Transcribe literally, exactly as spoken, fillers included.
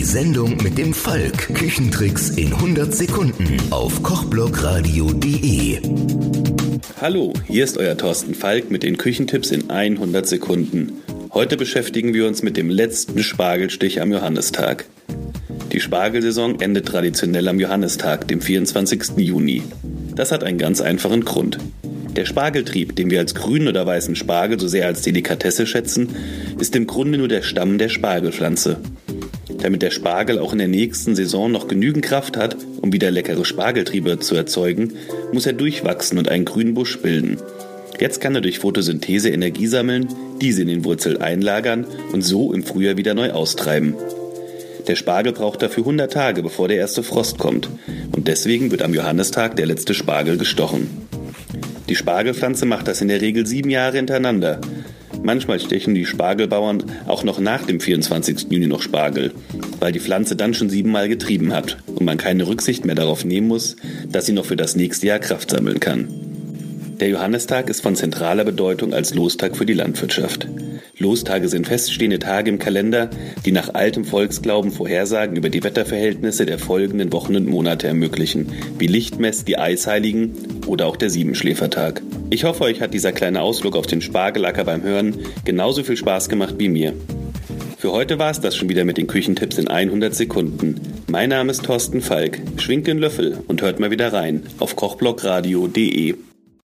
Sendung mit dem Falk. Küchentricks in hundert Sekunden auf kochblogradio punkt de. Hallo, hier ist euer Thorsten Falk mit den Küchentipps in hundert Sekunden. Heute beschäftigen wir uns mit dem letzten Spargelstich am Johannistag. Die Spargelsaison endet traditionell am Johannistag, dem vierundzwanzigsten Juni. Das hat einen ganz einfachen Grund. Der Spargeltrieb, den wir als grünen oder weißen Spargel so sehr als Delikatesse schätzen, ist im Grunde nur der Stamm der Spargelpflanze. Damit der Spargel auch in der nächsten Saison noch genügend Kraft hat, um wieder leckere Spargeltriebe zu erzeugen, muss er durchwachsen und einen grünen Busch bilden. Jetzt kann er durch Photosynthese Energie sammeln, diese in den Wurzeln einlagern und so im Frühjahr wieder neu austreiben. Der Spargel braucht dafür hundert Tage, bevor der erste Frost kommt. Und deswegen wird am Johannistag der letzte Spargel gestochen. Die Spargelpflanze macht das in der Regel sieben Jahre hintereinander. Manchmal stechen die Spargelbauern auch noch nach dem vierundzwanzigsten Juni noch Spargel, weil die Pflanze dann schon siebenmal getrieben hat und man keine Rücksicht mehr darauf nehmen muss, dass sie noch für das nächste Jahr Kraft sammeln kann. Der Johannistag ist von zentraler Bedeutung als Lostag für die Landwirtschaft. Lostage sind feststehende Tage im Kalender, die nach altem Volksglauben Vorhersagen über die Wetterverhältnisse der folgenden Wochen und Monate ermöglichen, wie Lichtmess, die Eisheiligen oder auch der Siebenschläfertag. Ich hoffe, euch hat dieser kleine Ausflug auf den Spargelacker beim Hören genauso viel Spaß gemacht wie mir. Für heute war es das schon wieder mit den Küchentipps in hundert Sekunden. Mein Name ist Thorsten Falk. Schwingt den Löffel und hört mal wieder rein auf kochblogradio punkt de.